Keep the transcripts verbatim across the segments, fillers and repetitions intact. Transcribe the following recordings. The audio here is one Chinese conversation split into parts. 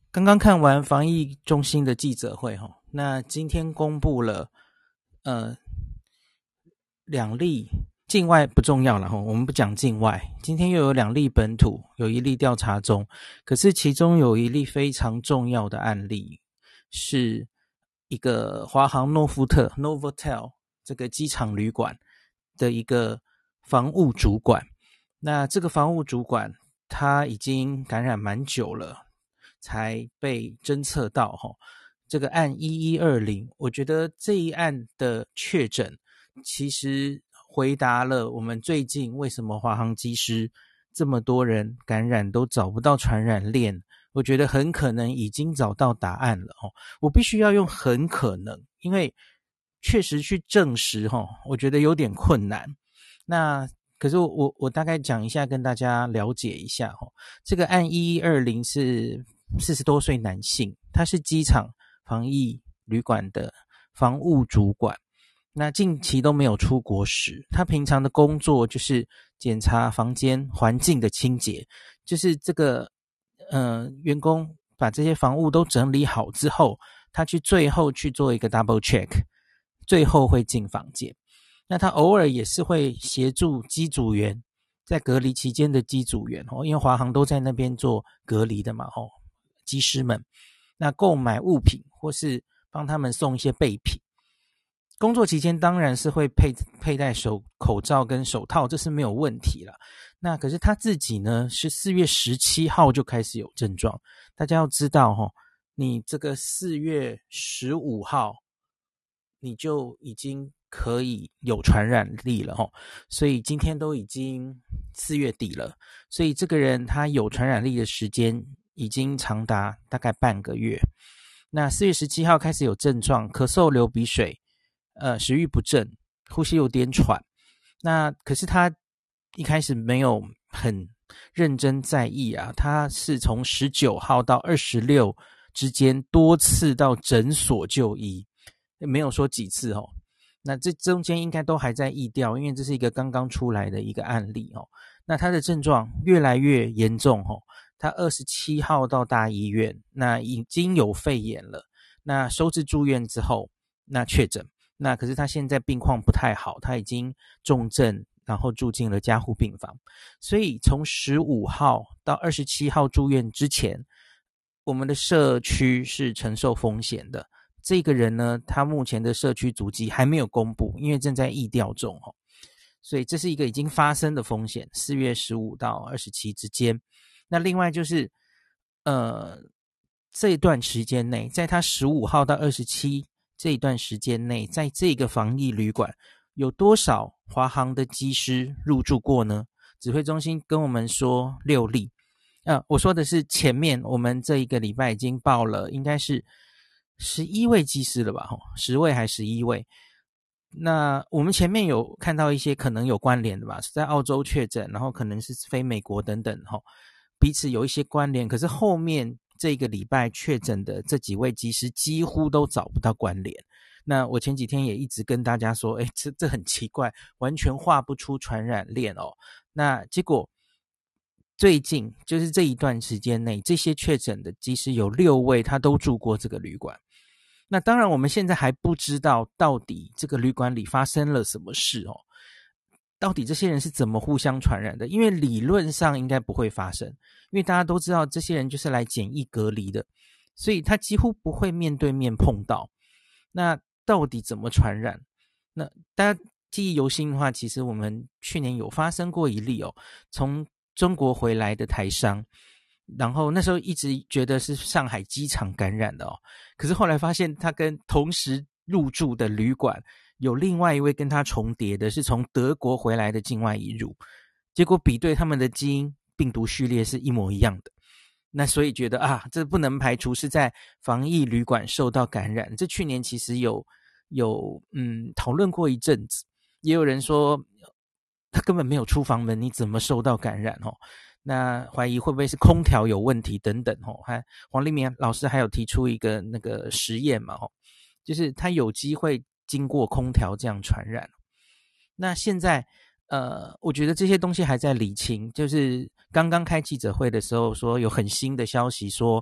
刚刚看完防疫中心的记者会齁，那今天公布了呃两例境外不重要了齁，我们不讲境外，今天又有两例本土，有一例调查中，可是其中有一例非常重要的案例，是一个华航诺富特 Novotel 这个机场旅馆的一个防务主管。那这个防务主管他已经感染蛮久了，才被侦测到齁。这个案一一二零，我觉得这一案的确诊其实回答了我们最近为什么华航机师这么多人感染都找不到传染链，我觉得很可能已经找到答案了齁。我必须要用很可能，因为确实去证实齁，我觉得有点困难。那可是我我大概讲一下，跟大家了解一下齁。这个案一一二零是四十多岁男性，他是机场防疫旅馆的防务主管，那近期都没有出国时，他平常的工作就是检查房间环境的清洁，就是这个呃员工把这些房屋都整理好之后，他去最后去做一个 double check， 最后会进房间。那他偶尔也是会协助机组员，在隔离期间的机组员，因为华航都在那边做隔离的嘛，机师们，那购买物品或是帮他们送一些备品。工作期间当然是会佩佩戴手口罩跟手套，这是没有问题了。那可是他自己呢，是四月十七号就开始有症状。大家要知道齁，你这个四月十五号你就已经可以有传染力了齁，所以今天都已经四月底了，所以这个人他有传染力的时间已经长达大概半个月。那四月十七号开始有症状，咳嗽、流鼻水，呃，食欲不振，呼吸有点喘。那可是他一开始没有很认真在意啊，他是从十九号到二十六之间多次到诊所就医，没有说几次哦。那这中间应该都还在疫调，因为这是一个刚刚出来的一个案例哦。那他的症状越来越严重哦，他二十七号到大医院，那已经有肺炎了，那收治住院之后，那确诊，那可是他现在病况不太好，他已经重症，然后住进了加护病房。所以从十五号到二十七号住院之前，我们的社区是承受风险的。这个人呢，他目前的社区足迹还没有公布，因为正在疫调中哦，所以这是一个已经发生的风险，四月十五到二十七之间。那另外就是呃这一段时间内，在他十五号到二十七这一段时间内，在这个防疫旅馆有多少华航的机师入住过呢？指挥中心跟我们说六例。呃我说的是前面我们这一个礼拜已经报了，应该是十一位机师了吧，十位还十一位。那我们前面有看到一些可能有关联的吧，是在澳洲确诊，然后可能是飞美国等等，彼此有一些关联，可是后面这个礼拜确诊的这几位机师几乎都找不到关联。那我前几天也一直跟大家说，诶，这这很奇怪，完全画不出传染链哦。那结果最近就是这一段时间内，这些确诊的机师有六位他都住过这个旅馆。那当然我们现在还不知道到底这个旅馆里发生了什么事哦，到底这些人是怎么互相传染的，因为理论上应该不会发生，因为大家都知道这些人就是来检疫隔离的，所以他几乎不会面对面碰到。那到底怎么传染？那大家记忆犹新的话，其实我们去年有发生过一例哦，从中国回来的台商，然后那时候一直觉得是上海机场感染的哦，可是后来发现他跟同时入住的旅馆有另外一位跟他重叠的，是从德国回来的境外移入，结果比对他们的基因病毒序列是一模一样的。那所以觉得啊，这不能排除是在防疫旅馆受到感染。这去年其实有有嗯讨论过一阵子，也有人说他根本没有出房门，你怎么受到感染哦？那怀疑会不会是空调有问题等等哦？还黄立明老师还有提出一个那个实验嘛哦，就是他有机会经过空调这样传染。那现在呃，我觉得这些东西还在厘清，就是刚刚开记者会的时候说有很新的消息说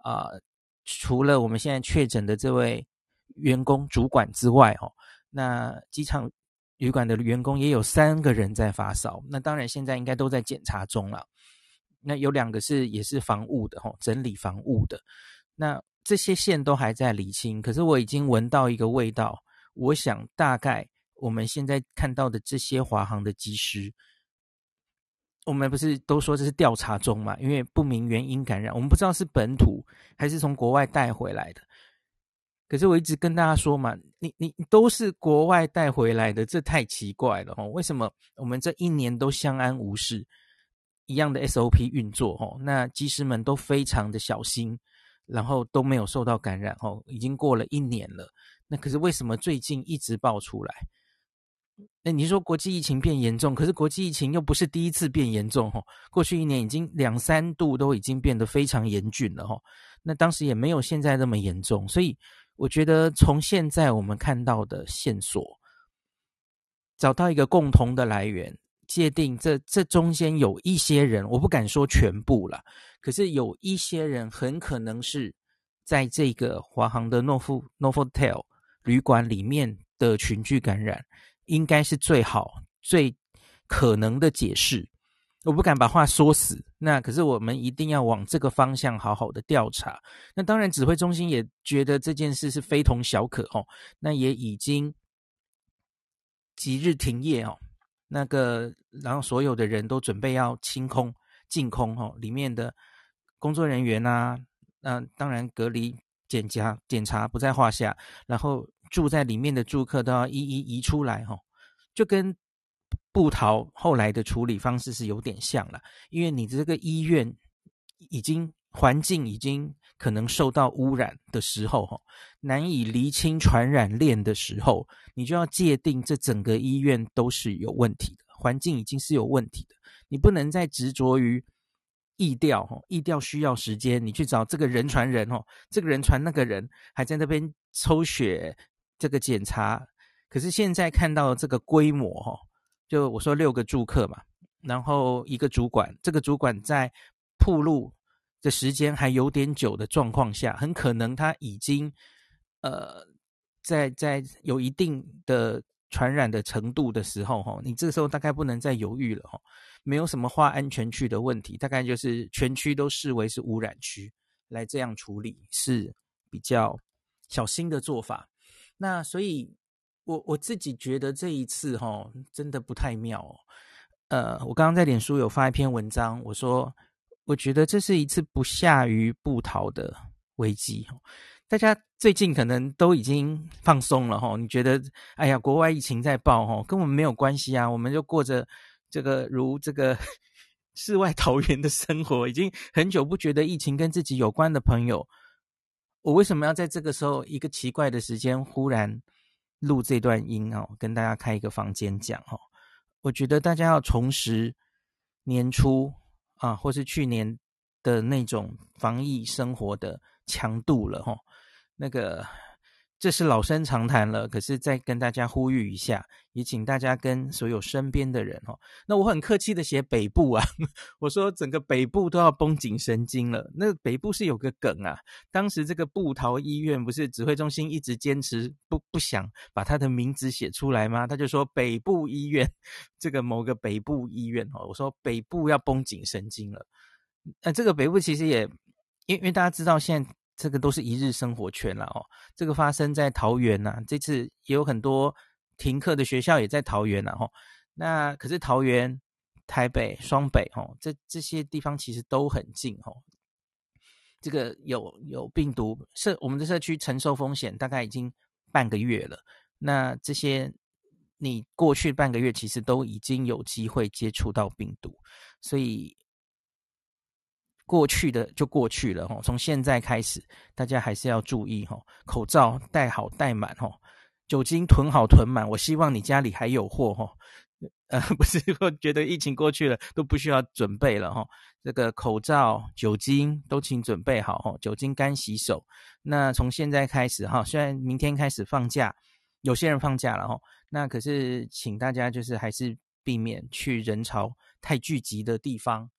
啊、呃，除了我们现在确诊的这位员工主管之外哦，那机场旅馆的员工也有三个人在发烧，那当然现在应该都在检查中了。那有两个是也是防务的哦，整理防务的。那这些线都还在厘清，可是我已经闻到一个味道，我想大概我们现在看到的这些华航的机师，我们不是都说这是调查中嘛，因为不明原因感染，我们不知道是本土还是从国外带回来的。可是我一直跟大家说嘛，你你都是国外带回来的，这太奇怪了哦。为什么我们这一年都相安无事，一样的 S O P 运作哦？那机师们都非常的小心，然后都没有受到感染哦，已经过了一年了。那可是为什么最近一直爆出来？那你说国际疫情变严重，可是国际疫情又不是第一次变严重哦，过去一年已经两三度都已经变得非常严峻了哦。那当时也没有现在那么严重，所以我觉得从现在我们看到的线索，找到一个共同的来源，界定这这中间有一些人，我不敢说全部啦，可是有一些人很可能是在这个华航的诺富 Novotel 旅馆里面的群聚感染，应该是最好最可能的解释。我不敢把话说死，那可是我们一定要往这个方向好好的调查。那当然指挥中心也觉得这件事是非同小可哦，那也已经即日停业哦，那个然后所有的人都准备要清空净空哦，里面的工作人员啊，那、呃、当然隔离检查检查不在话下，然后住在里面的住客都要一一移出来哦，就跟部桃后来的处理方式是有点像了，因为你这个医院已经环境已经可能受到污染的时候，难以厘清传染链的时候，你就要界定这整个医院都是有问题的，环境已经是有问题的，你不能再执着于疫调，疫调需要时间，你去找这个人传人，这个人传那个人，还在那边抽血这个检查，可是现在看到这个规模，就我说六个住客嘛，然后一个主管，这个主管在暴露的时间还有点久的状况下，很可能他已经呃在在有一定的传染的程度的时候，你这个时候大概不能再犹豫了，没有什么划安全区的问题，大概就是全区都视为是污染区来这样处理是比较小心的做法。那所以我我自己觉得这一次齁真的不太妙哦。呃，我刚刚在脸书有发一篇文章，我说我觉得这是一次不下于不逃的危机。大家最近可能都已经放松了齁，你觉得哎呀国外疫情在爆齁，跟我们没有关系啊，我们就过着这个如这个世外桃源的生活，已经很久不觉得疫情跟自己有关的朋友，我为什么要在这个时候一个奇怪的时间忽然录这段音哦，跟大家开一个房间讲哦？我觉得大家要重拾年初啊，或是去年的那种防疫生活的强度了哦。那个这是老生常谈了，可是再跟大家呼吁一下，也请大家跟所有身边的人哦。那我很客气的写北部啊，我说整个北部都要绷紧神经了。那北部是有个梗啊，当时这个部桃医院不是指挥中心一直坚持不不想把他的名字写出来吗？他就说北部医院，这个某个北部医院哦，我说北部要绷紧神经了。那这个北部其实也，因为因为大家知道现在这个都是一日生活圈啦哦，这个发生在桃园啊，这次也有很多停课的学校也在桃园啊哦。那可是桃园、台北、双北哦，这这些地方其实都很近哦。这个有有病毒社，我们的社区承受风险大概已经半个月了。那这些你过去半个月其实都已经有机会接触到病毒，所以过去的就过去了齁，从现在开始大家还是要注意齁，口罩戴好戴满齁，酒精囤好囤满，我希望你家里还有货齁，呃不是说觉得疫情过去了都不需要准备了齁，这个口罩酒精都请准备好齁，酒精干洗手。那从现在开始齁，虽然明天开始放假，有些人放假了齁，那可是请大家就是还是避免去人潮太聚集的地方。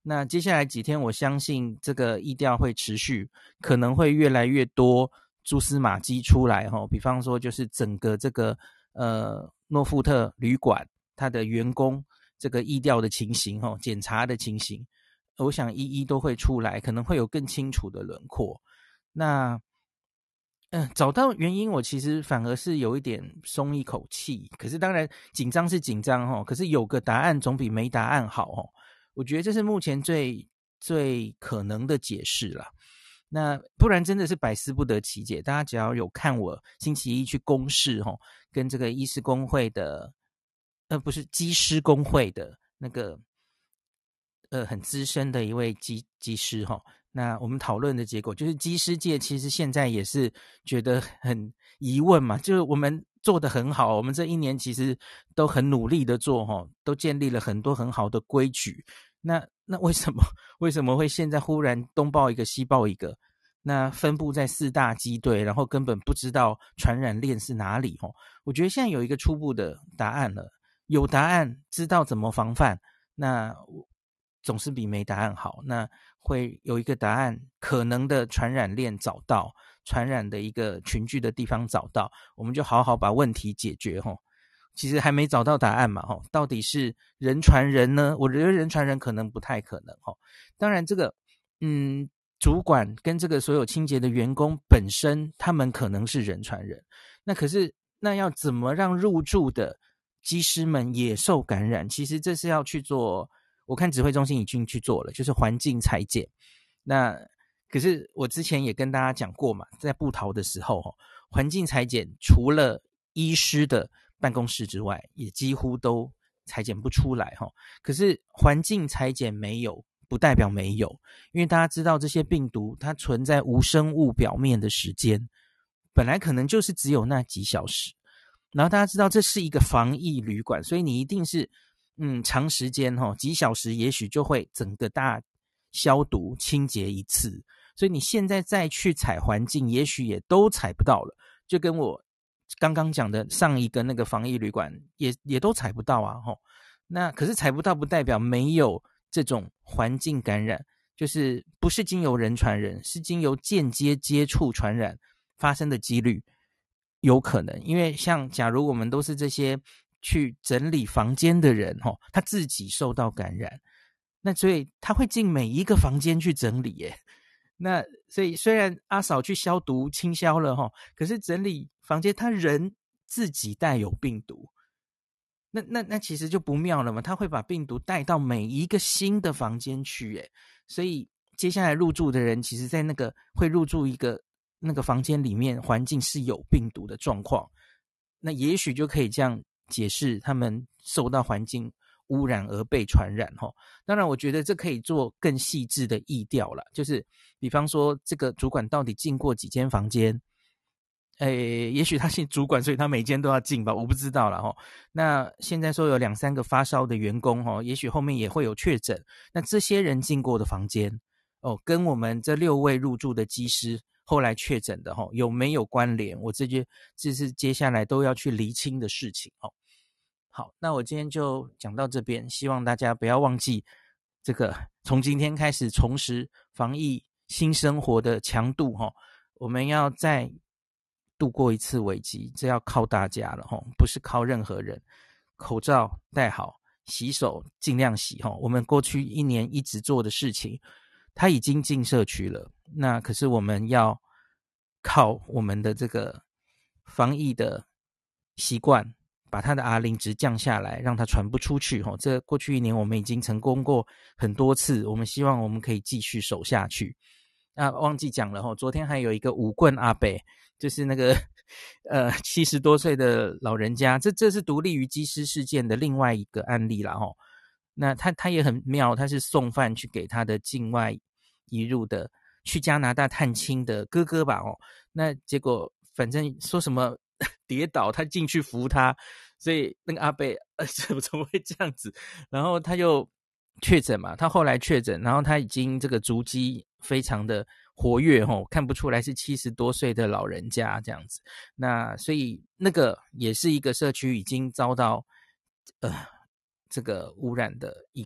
那接下来几天我相信这个疫调会持续，可能会越来越多蛛丝马迹出来齁，比方说就是整个这个呃诺富特旅馆它的员工这个疫调的情形齁，检查的情形，我想一一都会出来，可能会有更清楚的轮廓。那嗯，找到原因我其实反而是有一点松一口气，可是当然紧张是紧张齁，可是有个答案总比没答案好齁，我觉得这是目前最最可能的解释啦。那不然真的是百思不得其解，大家只要有看我星期一去公视齁，跟这个医师公会的呃不是机师公会的那个呃很资深的一位机机师齁，那我们讨论的结果就是机师界其实现在也是觉得很疑问嘛，就是我们做得很好，我们这一年其实都很努力的做齁，都建立了很多很好的规矩，那那为什么为什么会现在忽然东报一个西报一个，那分布在四大机队，然后根本不知道传染链是哪里齁？我觉得现在有一个初步的答案了，有答案知道怎么防范，那总是比没答案好，那会有一个答案，可能的传染链找到，传染的一个群聚的地方找到，我们就好好把问题解决齁。其实还没找到答案嘛齁，到底是人传人呢？我觉得人传人可能不太可能齁。当然这个嗯，主管跟这个所有清洁的员工本身他们可能是人传人，那可是那要怎么让入住的机师们也受感染？其实这是要去做，我看指挥中心已经去做了，就是环境裁剪。那可是我之前也跟大家讲过嘛，在部桃的时候环境裁剪除了医师的办公室之外，也几乎都裁剪不出来齁。可是环境裁剪没有不代表没有，因为大家知道这些病毒它存在无生物表面的时间本来可能就是只有那几小时，然后大家知道这是一个防疫旅馆，所以你一定是嗯长时间齁，几小时也许就会整个大消毒清洁一次，所以你现在再去采环境也许也都采不到了，就跟我刚刚讲的上一个那个防疫旅馆也也都采不到啊齁。那可是采不到不代表没有这种环境感染，就是不是经由人传人，是经由间接接触传染发生的几率有可能。因为像假如我们都是这些去整理房间的人齁，他自己受到感染，那所以他会进每一个房间去整理耶。那所以虽然阿嫂去消毒清消了齁，可是整理房间他人自己带有病毒，那那那其实就不妙了嘛，他会把病毒带到每一个新的房间去耶。所以接下来入住的人其实在那个会入住一个那个房间里面环境是有病毒的状况，那也许就可以这样解释他们受到环境污染而被传染齁。当然我觉得这可以做更细致的疫调啦，就是比方说这个主管到底进过几间房间，诶，也许他是主管，所以他每间都要进吧，我不知道啦齁。那现在说有两三个发烧的员工齁，也许后面也会有确诊，那这些人进过的房间哦，跟我们这六位入住的机师后来确诊的齁有没有关联，我这些这是接下来都要去厘清的事情齁。好，那我今天就讲到这边，希望大家不要忘记这个从今天开始重拾防疫新生活的强度齁，我们要再度过一次危机，这要靠大家了齁，不是靠任何人。口罩戴好，洗手尽量洗齁，我们过去一年一直做的事情它已经进社区了，那可是我们要靠我们的这个防疫的习惯，把它的 R 零 值降下来，让它传不出去齁。这过去一年我们已经成功过很多次，我们希望我们可以继续守下去。啊，忘记讲了齁，昨天还有一个舞棍阿伯，就是那个呃七十多岁的老人家，这这是独立于机师事件的另外一个案例啦齁。那他他也很妙，他是送饭去给他的境外移入的去加拿大探亲的哥哥吧哦，那结果反正说什么跌倒，他进去扶他，所以那个阿伯呃怎么怎么会这样子？然后他就确诊嘛，他后来确诊，然后他已经这个足迹非常的活跃齁，看不出来是七十多岁的老人家这样子。那所以那个也是一个社区已经遭到呃这个污染的一个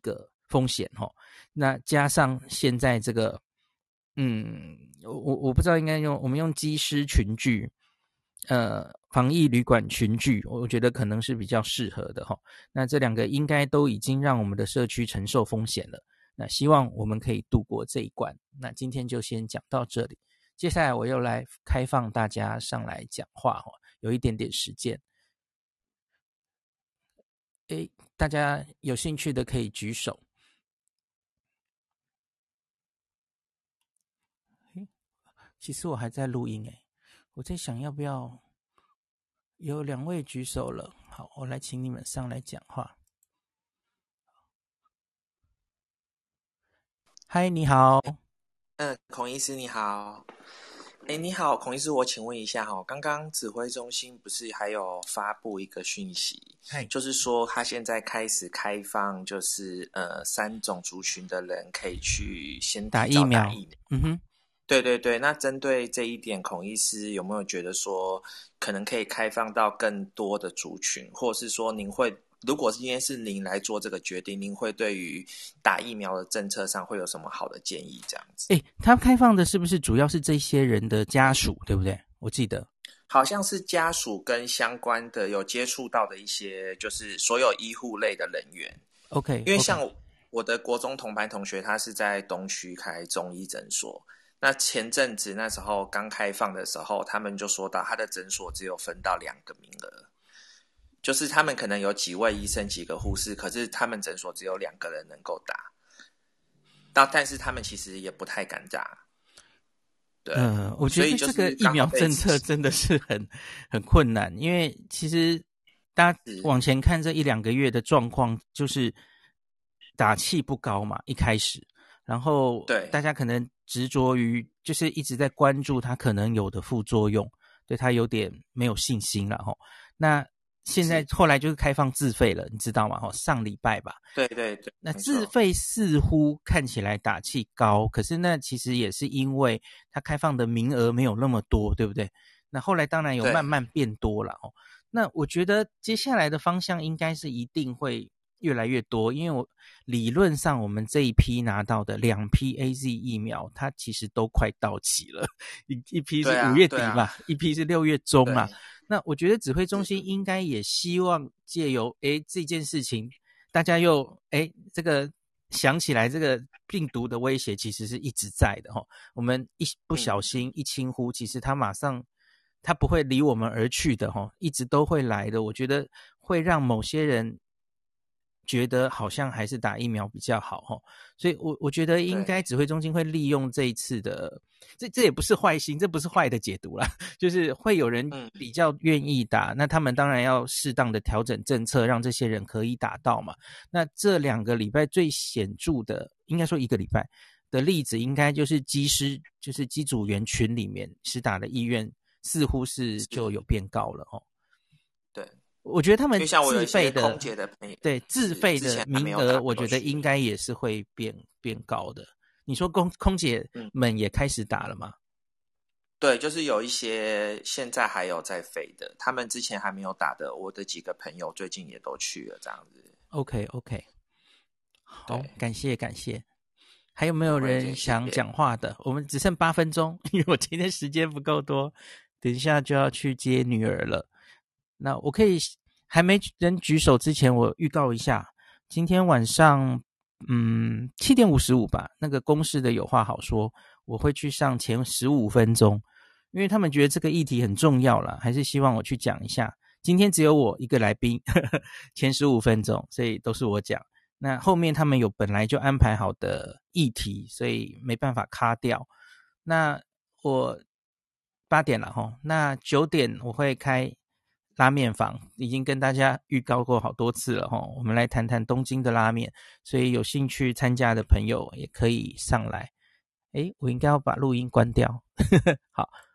风险哈。那加上现在这个，嗯，我我不知道应该用我们用机师群聚，呃，防疫旅馆群聚，我觉得可能是比较适合的哈。那这两个应该都已经让我们的社区承受风险了。那希望我们可以度过这一关。那今天就先讲到这里，接下来我又来开放大家上来讲话哈，有一点点时间。诶，大家有兴趣的可以举手。诶，其实我还在录音诶，我在想要不要有两位举手了，好，我来请你们上来讲话。嗨，你好。 嗯，孔医师你好。哎，你好，孔医师，我请问一下哈，刚刚指挥中心不是还有发布一个讯息，就是说他现在开始开放，就是呃三种族群的人可以去先打疫苗。 打疫苗。 嗯哼， 对对对，那针对这一点，孔医师有没有觉得说，可能可以开放到更多的族群，或者是说您会？如果今天是您来做这个决定，您会对于打疫苗的政策上会有什么好的建议？这样子， 诶，他开放的是不是主要是这些人的家属，对不对？我记得好像是家属跟相关的有接触到的一些，就是所有医护类的人员。 OK， 因为像我的国中同班同学，他是在东区开中医诊所。那前阵子那时候刚开放的时候，他们就说到他的诊所只有分到两个名额。就是他们可能有几位医生几个护士，可是他们诊所只有两个人能够打，但是他们其实也不太敢打。对， 呃，我觉得这个疫苗政策真的是很很困难，因为其实大家往前看这一两个月的状况，就是打气不高嘛，一开始，然后大家可能执着于就是一直在关注它可能有的副作用，对它有点没有信心了齁。那现在后来就是开放自费了，你知道吗？上礼拜吧。 对对对。 那自费似乎看起来打气高，可是那其实也是因为它开放的名额没有那么多，对不对？那后来当然有慢慢变多了哦。那我觉得接下来的方向应该是一定会越来越多，因为我理论上我们这一批拿到的两批 A Z 疫苗，它其实都快到期了，一一批是五月底嘛，啊啊、一批是六月中嘛。那我觉得指挥中心应该也希望借由诶这件事情，大家又诶这个想起来，这个病毒的威胁其实是一直在的齁。我们一不小心一轻忽，其实它马上它不会离我们而去的齁，一直都会来的。我觉得会让某些人觉得好像还是打疫苗比较好齁，所以我我觉得应该指挥中心会利用这一次的，这这也不是坏心，这不是坏的解读啦，就是会有人比较愿意打，那他们当然要适当的调整政策，让这些人可以打到嘛。那这两个礼拜最显著的，应该说一个礼拜的例子，应该就是机师，就是机组员群里面施打的意愿似乎是就有变高了齁。 对。 我觉得他们自费的， 空姐的朋友对自费的名额，我觉得应该也是会变变高的。你说空空姐们也开始打了吗？ 嗯、对，就是有一些现在还有在飞的，他们之前还没有打的，我的几个朋友最近也都去了，这样子。 OK OK， 好，感谢感谢。还有没有人想讲话的？我们只剩八分钟，因为我今天时间不够多，等一下就要去接女儿了。那我可以还没人举手之前，我预告一下，今天晚上嗯七点五十五吧，那个公视的有话好说，我会去上前十五分钟，因为他们觉得这个议题很重要啦，还是希望我去讲一下。今天只有我一个来宾，呵呵，前十五分钟，所以都是我讲。那后面他们有本来就安排好的议题，所以没办法卡掉。那我八点了齁，那九点我会开拉面坊，已经跟大家预告过好多次了齁，我们来谈谈东京的拉面，所以有兴趣参加的朋友也可以上来。诶，我应该要把录音关掉。好，